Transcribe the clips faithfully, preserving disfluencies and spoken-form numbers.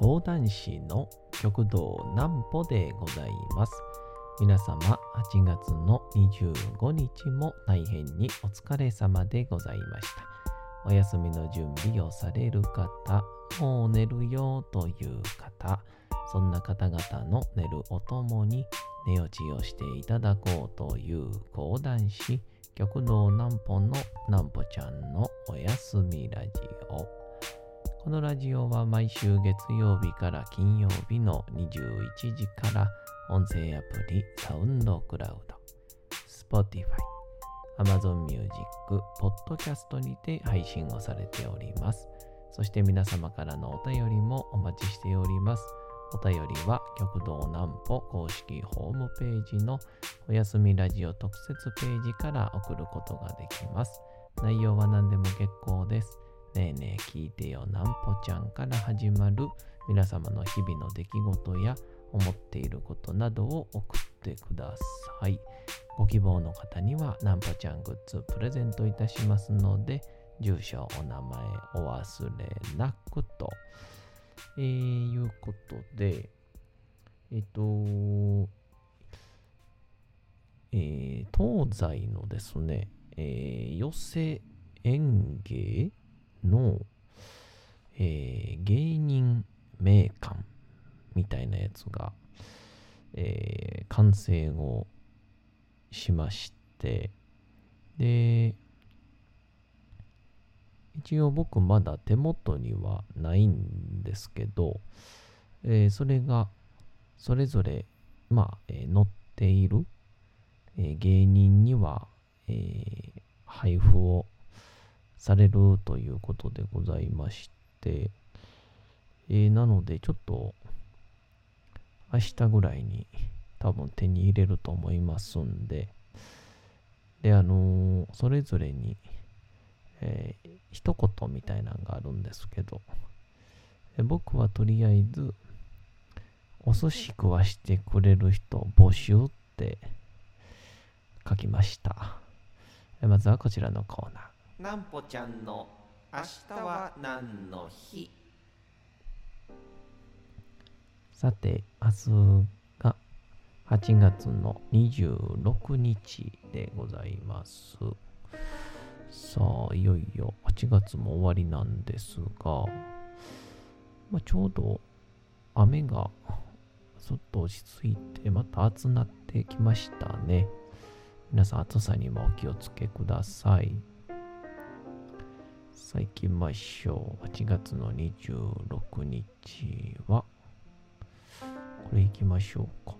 講談師の極道南歩でございます。皆様はちがつのにじゅうごにちも大変にお疲れ様でございました。お休みの準備をされる方、もう寝るよという方、そんな方々の寝るおともに寝落ちをしていただこうという講談師極道南歩の南歩ちゃんのおやすみラジオ。このラジオは毎週月曜日から金曜日のにじゅういちじから音声アプリサウンドクラウド、Spotify、Amazon Music、Podcast にて配信をされております。そして皆様からのお便りもお待ちしております。お便りは極道南歩公式ホームページのおやすみラジオ特設ページから送ることができます。内容は何でも結構です。ねえねえ聞いてよ南歩ちゃんから始まる皆様の日々の出来事や思っていることなどを送ってください。ご希望の方には南歩ちゃんグッズプレゼントいたしますので、住所お名前お忘れなくと、えー、いうことでえっとえー、東西のですね、えー、寄席演芸の、えー、芸人名館みたいなやつが、えー、完成をしまして、で一応僕まだ手元にはないんですけど、えー、それがそれぞれまあ、えー、載っている、えー、芸人には、えー、配布をされるということでございまして、えー、なのでちょっと明日ぐらいに多分手に入れると思いますんで、であのー、それぞれに、えー、一言みたいなのがあるんですけど、え僕はとりあえずお寿司食わしてくれる人募集って書きました。まずはこちらのコーナー、 南歩ちゃんの明日は何の日。 さて明日がはちがつのにじゅうろくにちでございます。さあいよいよはちがつも終わりなんですが、まあ、ちょうど雨がちょっと落ち着いてまた暑なってきましたね。皆さん暑さにもお気をつけください。さあ行きましょう。はちがつのにじゅうろくにちはこれ行きましょうか。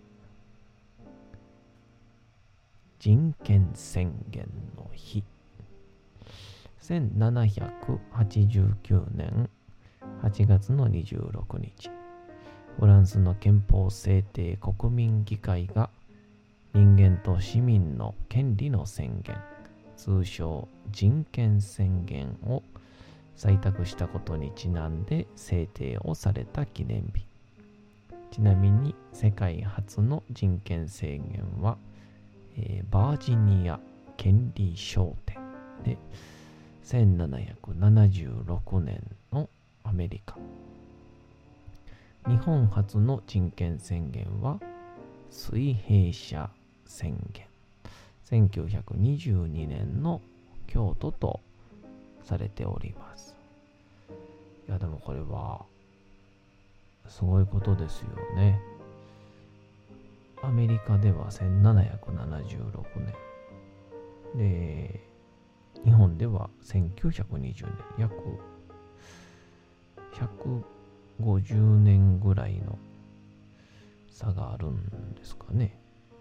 人権宣言の日。せんななひゃくはちじゅうきゅうねんはちがつのにじゅうろくにち、フランスの憲法制定国民議会が人間と市民の権利の宣言、通称人権宣言を採択したことにちなんで制定をされた記念日。ちなみに世界初の人権宣言は、えー、バージニア権利商店でせんななひゃくななじゅうろくねんのアメリカ。日本初の人権宣言は水平社宣言、せんきゅうひゃくにじゅうにねんの京都とされております。いやでもこれはすごいことですよね。アメリカではせんななひゃくななじゅうろくねんで、日本ではせんきゅうひゃくにじゅうねん、約ひゃくごじゅうねんぐらいの差があるんですかね。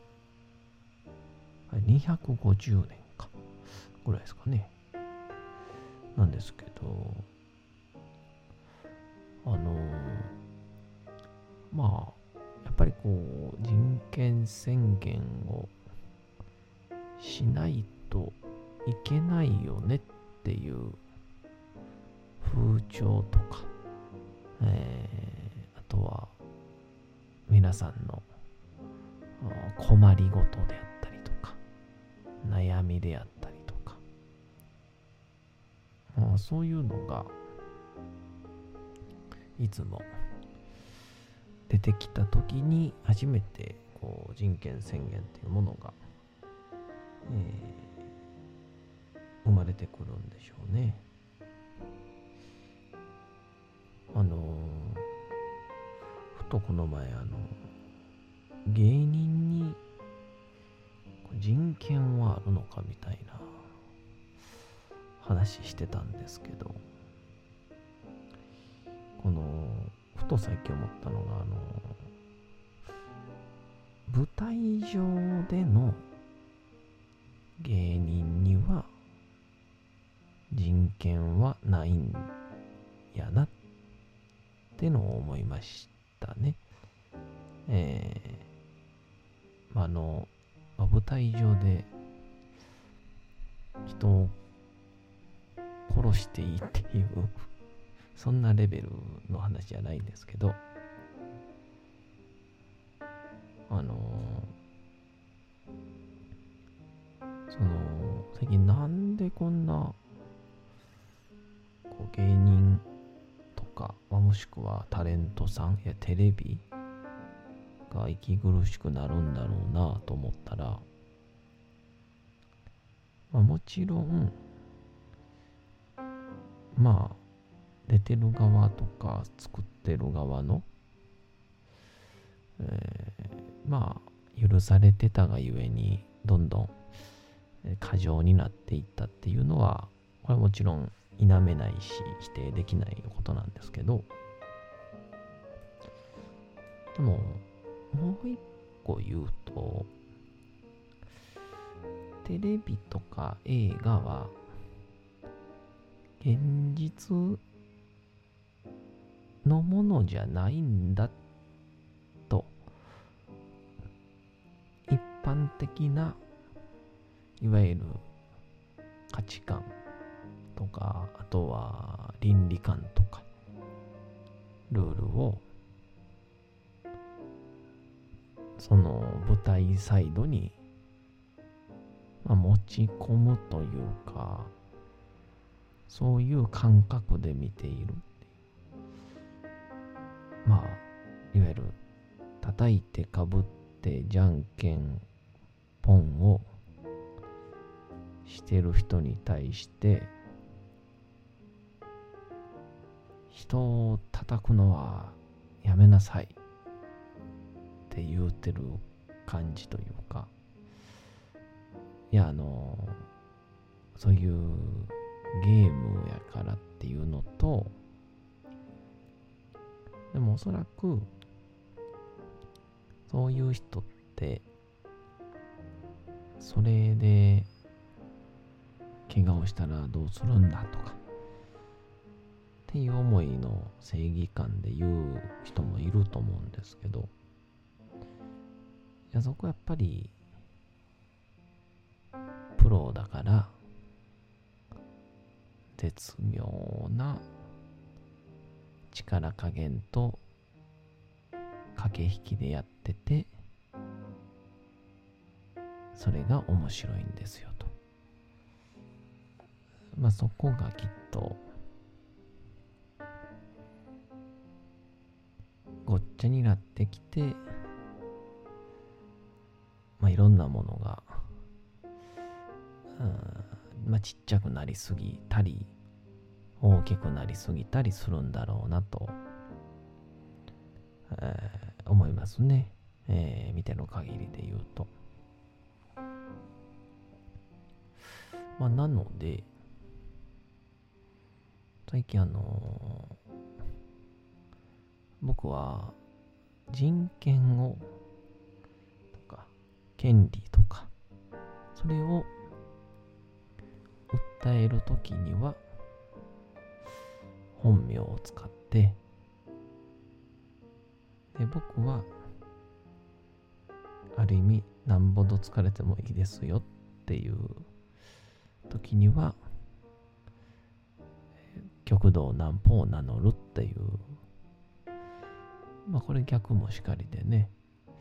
にひゃくごじゅうねんかぐらいですかね。なんですけど、あのー、まあやっぱりこう人権宣言をしないといけないよねっていう風潮とか、えー、あとは皆さんの困りごとであったりとか悩みであったりとか、そういうのがいつも出てきた時に初めてこう人権宣言っていうものが、えー、生まれてくるんでしょうね。あのー、ふとこの前あの芸人に人権はあるのかみたいな話してたんですけど、このふと最近思ったのが、あの舞台上での芸人には人権はないんやなってのを思いましたね。えー、まあ、あの舞台上で人を殺していいっていうそんなレベルの話じゃないんですけど、あのその最近なんでこんなこう芸人とか、まあ、もしくはタレントさんやテレビが息苦しくなるんだろうなと思ったら、まあ、もちろんまあ出てる側とか作ってる側の、えー、まあ許されてたがゆえにどんどん過剰になっていったっていうのは、これはもちろん否めないし否定できないことなんですけど、でももう一個言うと、テレビとか映画は現実のものじゃないんだと、一般的ないわゆる価値観とか、あとは倫理観とかルールをその舞台サイドに、まあ、持ち込むというか、そういう感覚で見ているっていう、まあいわゆる叩いてかぶってじゃんけんポンをしてる人に対して人を叩くのはやめなさいって言うてる感じというか、いやあのそういうゲームやからっていうのと、でもおそらくそういう人ってそれで怪我をしたらどうするんだとかっていう思いの正義感で言う人もいると思うんですけど、いやそこやっぱりプロだから絶妙な力加減と駆け引きでやってて、それが面白いんですよと。まあそこがきっとごっちゃになってきて、まあいろんなものが、うん、まあちっちゃくなりすぎたり大きくなりすぎたりするんだろうなと、えー、思いますね、えー、見ての限りで言うと。まあなので最近あのー、僕は人権をとか権利とかそれを訴えるときには本名を使って、で僕はある意味なんぼど疲れてもいいですよっていう時には極道南方を名乗るっていう、まあこれ逆もしかりでね、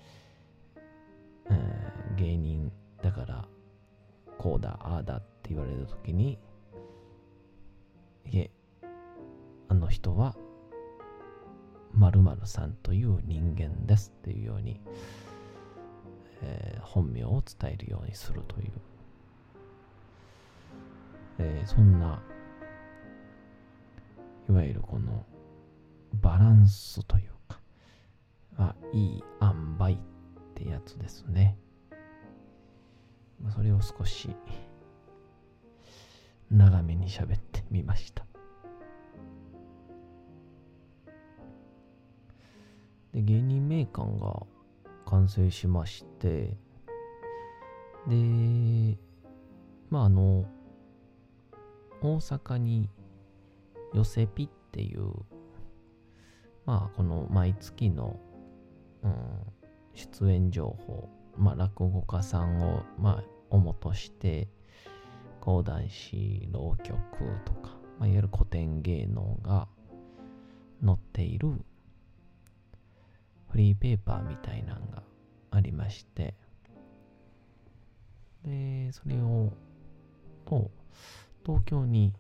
えー、芸人だからこうだああだって言われる時に、いえあの人は 〇〇さんという人間ですっていうように、えー、本名を伝えるようにするという、えー、そんないわゆるこのバランスというか、あ、いい塩梅ってやつですね。それを少し長めに喋ってみました。で、芸人名鑑が完成しまして、で、まああの、大阪にヨセピっていう、まあこの毎月の、うん、出演情報、まあ落語家さんを、まあ主として、講談師、浪曲とか、まあ、いわゆる古典芸能が載っているフリーペーパーみたいなのがありまして、で、それを、と、東京に、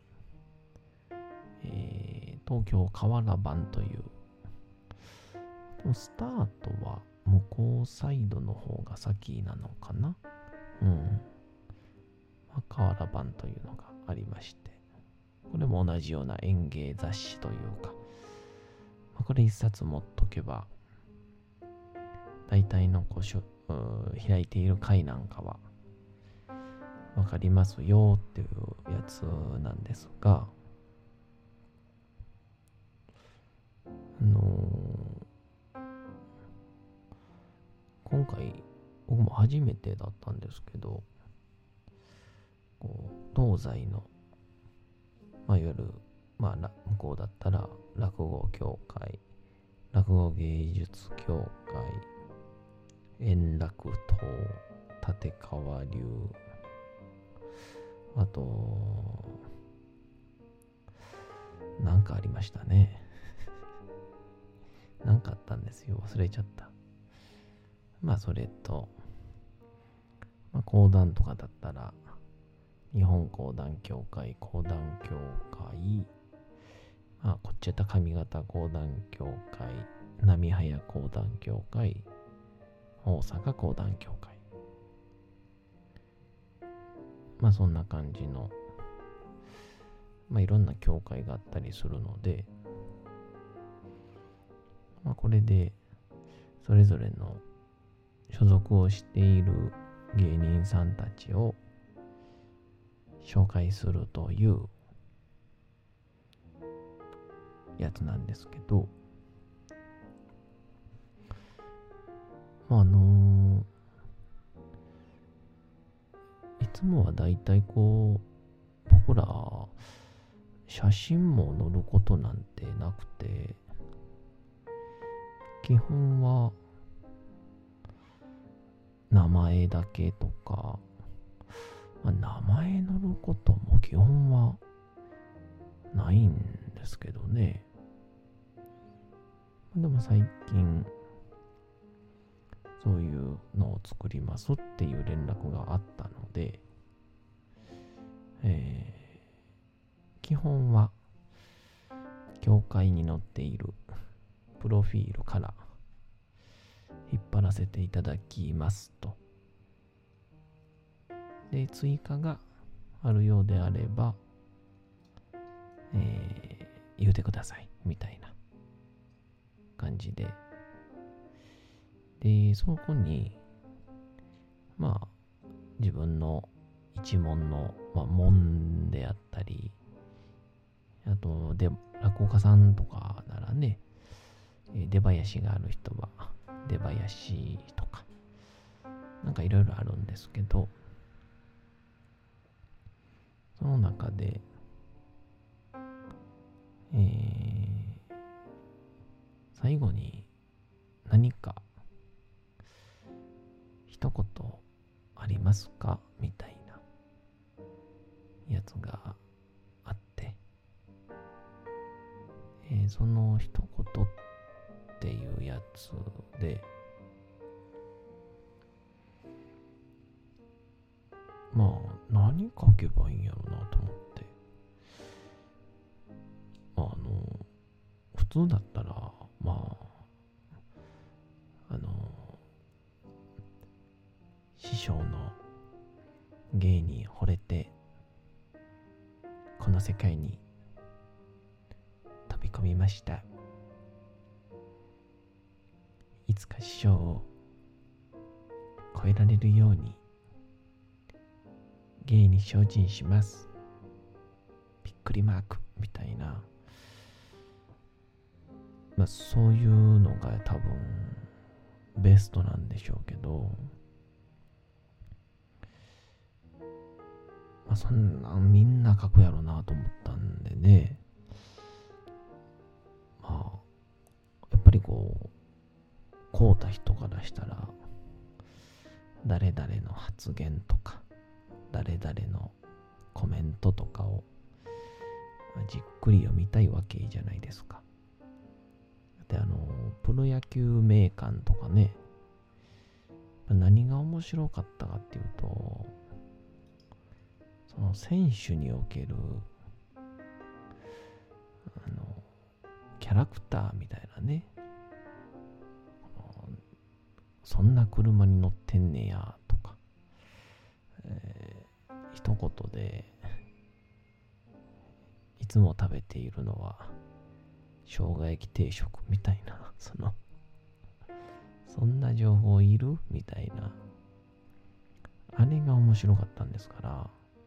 えー、東京河原版という、でもスタートは向こうサイドの方が先なのかな。うん。河原版というのがありまして、これも同じような演芸雑誌というか、これ一冊持っとけば、大体のこうしょ開いている回なんかはわかりますよっていうやつなんですが、あのー、今回僕も初めてだったんですけど、こう東西の、まあ、いわゆる、まあ、向こうだったら落語協会、落語芸術協会、円楽党、立川流、あとなんかありましたね。なんかあったんですよ。忘れちゃった。まあそれと、まあ、講談とかだったら日本講談協会、講談協会、まあこっちやった上方講談協会、波早講談協会、大阪講談協会、まあそんな感じの、まあいろんな協会があったりするので、まあこれでそれぞれの所属をしている芸人さんたちを紹介するというやつなんですけど、まああのー、いつもはだいたいこう僕ら写真も載ることなんてなくて、基本は名前だけとか、まあ、名前載ることも基本はないんですけどね。でも最近そういうのを作りますっていう連絡があったので、えー、基本は協会に載っているプロフィールから引っ張らせていただきますと。で、追加があるようであれば、えー、言うてくださいみたいな感じで、で、そこにまあ自分の一門の、まあ、門であったり、あとで落語家さんとかならね、出囃子がある人は出囃子とかなんかいろいろあるんですけど、その中で、えー、最後に何か一言ありますかみたいなやつがあって、えー、その一言っていうやつで、まあ何書けばいいんやろうなと思って、あの普通だったらまあ匠の芸に惚れてこの世界に飛び込みました。いつか師匠を超えられるように芸に精進します。びっくりマークみたいな、まあそういうのが多分ベストなんでしょうけど、まあそんなんみんな書くやろなと思ったんでね、まあやっぱりこうこうた人からしたら誰々の発言とか誰々のコメントとかをじっくり読みたいわけじゃないですか。で、あのプロ野球名鑑とかね、何が面白かったかっていうと、その選手におけるあのキャラクターみたいなね、そんな車に乗ってんねやとか、えー、一言でいつも食べているのは生姜焼き定食みたいな、そのそんな情報いるみたいな、あれが面白かったんですから、や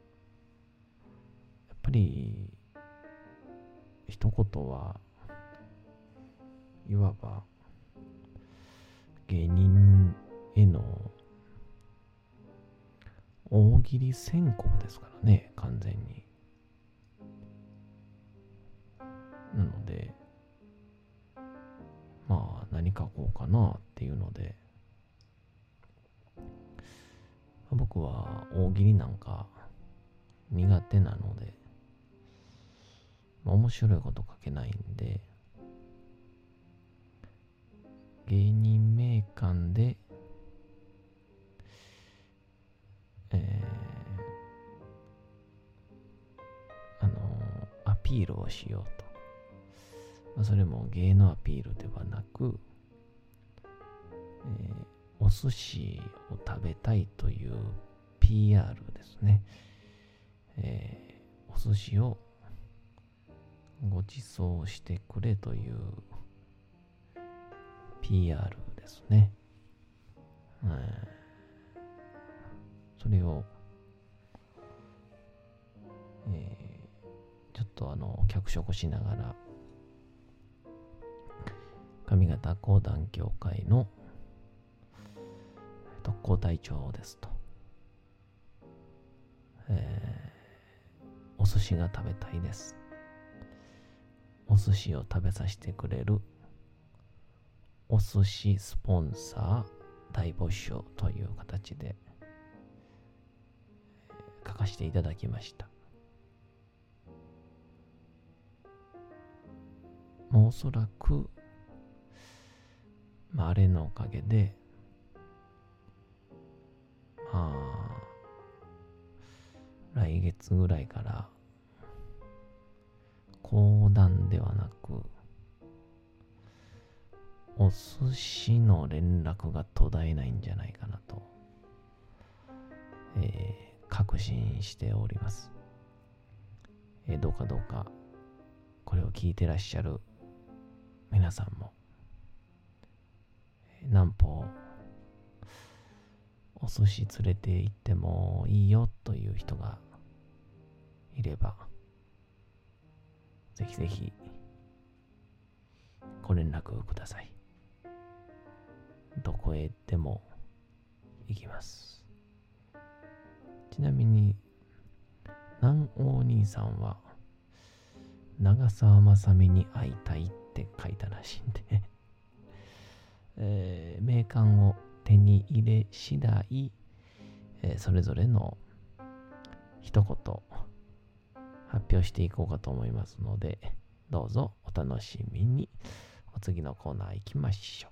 っぱり一言はいわば芸人への大喜利宣告ですからね、完全に。なのでまあ何書こうかなっていうので、僕は大喜利なんか苦手なので、面白いこと書けないんで、芸人名鑑で、えー、あのー、アピールをしようと。まあ、それも芸のアピールではなく、えー、お寿司を食べたいという ピーアール ですね。えー、お寿司をご馳走してくれという ピーアール ですね。えー、それを、えー、ちょっとあの脚色しながら上方講談協会の特攻隊長ですと、えー、お寿司が食べたいです。お寿司を食べさせてくれるお寿司スポンサー大募集という形で書かせていただきました。もうおそらく、まあ、あれのおかげで、まあ、来月ぐらいから講談ではなくお寿司の連絡が途絶えないんじゃないかなと、えー、確信しております。えー、どうかどうかこれを聞いてらっしゃる皆さんも、南方お寿司連れて行ってもいいよという人がいれば、ぜひぜひご連絡ください。どこへ行っても行きます。ちなみに南王兄さんは長澤まさみに会いたいって書いたらしいんで、えー、名鑑を手に入れ次第、えー、それぞれの一言発表していこうかと思いますので、どうぞお楽しみに。お次のコーナー行きましょう。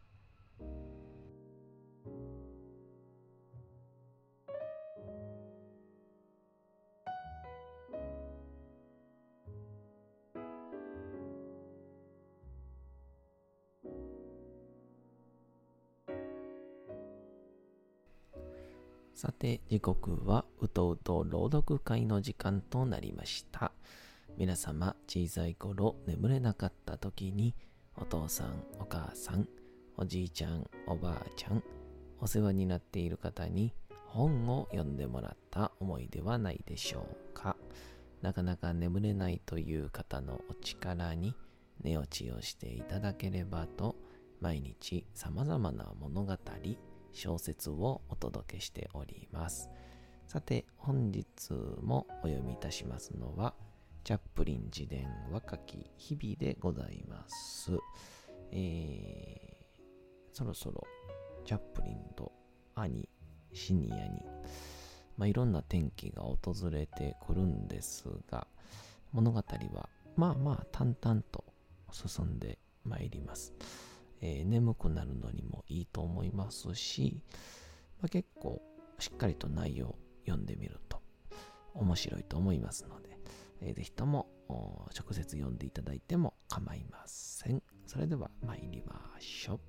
さて、時刻はうとうと朗読会の時間となりました。皆様、小さい頃眠れなかった時に、お父さん、お母さん、おじいちゃん、おばあちゃん、お世話になっている方に本を読んでもらった思いではないでしょうか。なかなか眠れないという方のお力に寝落ちをしていただければと、毎日様々な物語、小説をお届けしております。さて、本日もお読みいたしますのは、チャップリン自伝若き日々でございます。えー、そろそろチャップリンと兄、シニアに、まあ、いろんな転機が訪れてくるんですが、物語はまあまあ淡々と進んでまいります。えー、眠くなるのにもいいと思いますし、まあ、結構しっかりと内容を読んでみると面白いと思いますので、えー、ぜひとも直接読んでいただいても構いません。それでは参りましょう。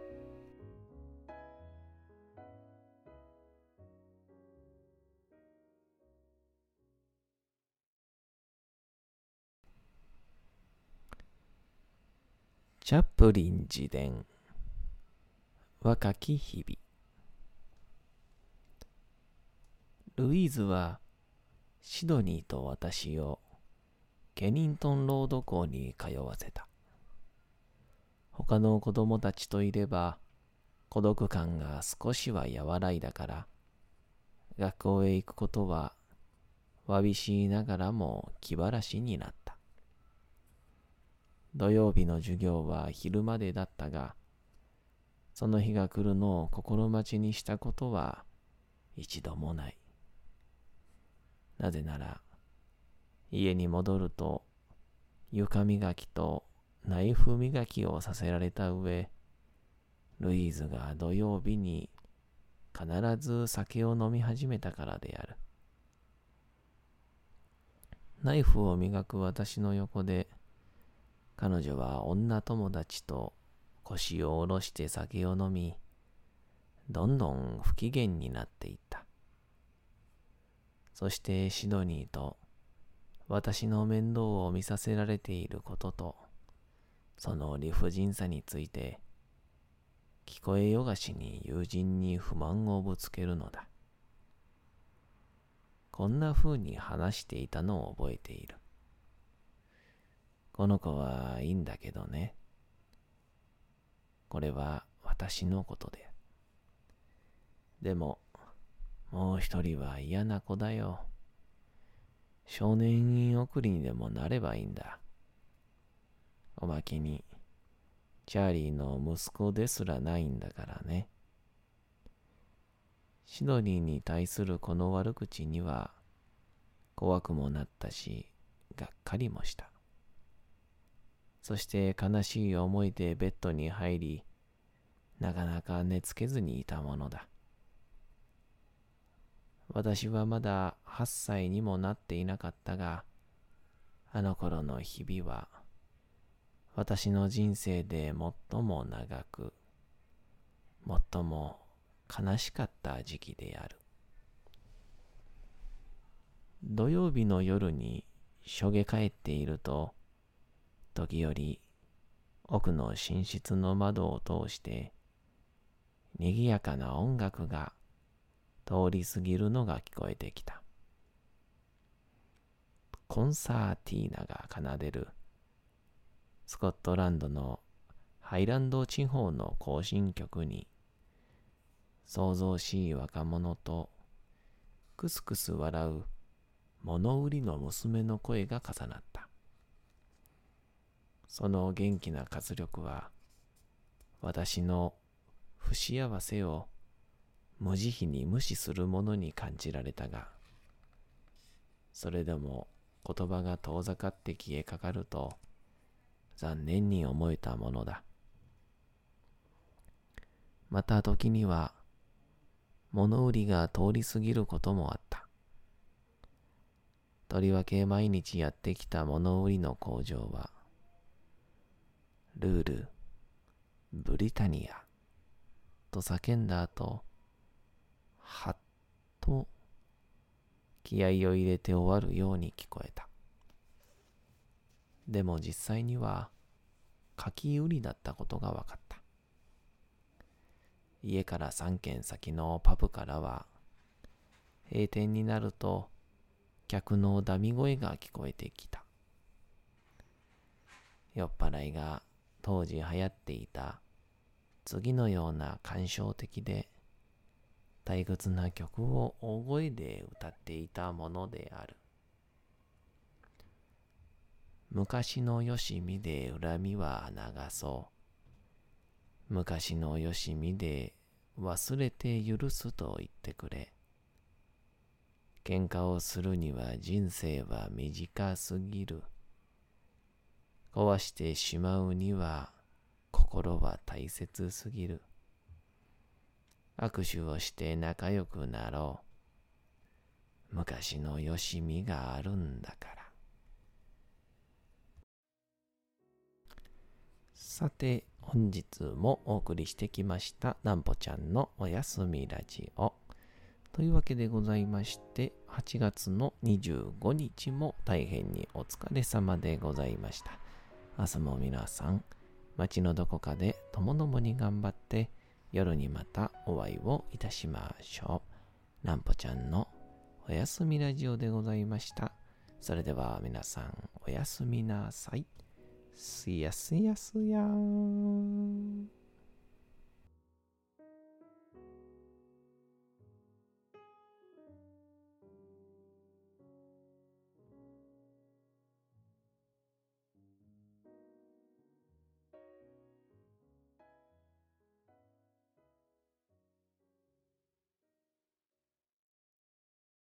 チャップリン自伝若き日々。ルイーズはシドニーと私をケニントンロード校に通わせた。他の子供たちといれば孤独感が少しは和らいだから、学校へ行くことはわびしいながらも気晴らしになった。土曜日の授業は昼までだったが、その日が来るのを心待ちにしたことは一度もない。なぜなら、家に戻ると床磨きとナイフ磨きをさせられた上、ルイーズが土曜日に必ず酒を飲み始めたからである。ナイフを磨く私の横で、彼女は女友達と腰を下ろして酒を飲み、どんどん不機嫌になっていった。そしてシドニーと私の面倒を見させられていることと、その理不尽さについて、聞こえよがしに友人に不満をぶつけるのだ。こんな風に話していたのを覚えている。この子はいいんだけどね。これは私のことで。でも、もう一人は嫌な子だよ。少年院送りにでもなればいいんだ。おまけに、チャーリーの息子ですらないんだからね。シドニーに対するこの悪口には、怖くもなったし、がっかりもした。そして悲しい思いでベッドに入り、なかなか寝つけずにいたものだ。私はまだはっさいにもなっていなかったが、あの頃の日々は、私の人生で最も長く、最も悲しかった時期である。土曜日の夜にしょげ帰っていると、時折奥の寝室の窓を通して、にぎやかな音楽が通り過ぎるのが聞こえてきた。コンサーティーナが奏でるスコットランドのハイランド地方の行進曲に、騒々しい若者とクスクス笑う物売りの娘の声が重なった。その元気な活力は、私の不幸せを無慈悲に無視するものに感じられたが、それでも言葉が遠ざかって消えかかると、残念に思えたものだ。また時には、物売りが通り過ぎることもあった。とりわけ毎日やってきた物売りの工場は、ルール、ブリタニアと叫んだ後、はっと気合を入れて終わるように聞こえた。でも実際には書き売りだったことが分かった。家からさんけん先のパブからは閉店になると客のダミ声が聞こえてきた。酔っ払いが当時流行っていた次のような感傷的で退屈な曲を大声で歌っていたものである。昔のよしみで恨みは流そう。昔のよしみで忘れて許すと言ってくれ。喧嘩をするには人生は短すぎる。壊してしまうには心は大切すぎる。握手をして仲良くなろう。昔のよしみがあるんだから。さて、本日もお送りしてきましたなんぽちゃんのおやすみラジオというわけでございまして、はちがつのにじゅうごにちも大変にお疲れ様でございました。明日も皆さん、街のどこかでともどもに頑張って夜にまたお会いをいたしましょう。なんぽちゃんのおやすみラジオでございました。それでは皆さんおやすみなさい。すやすやすやーん。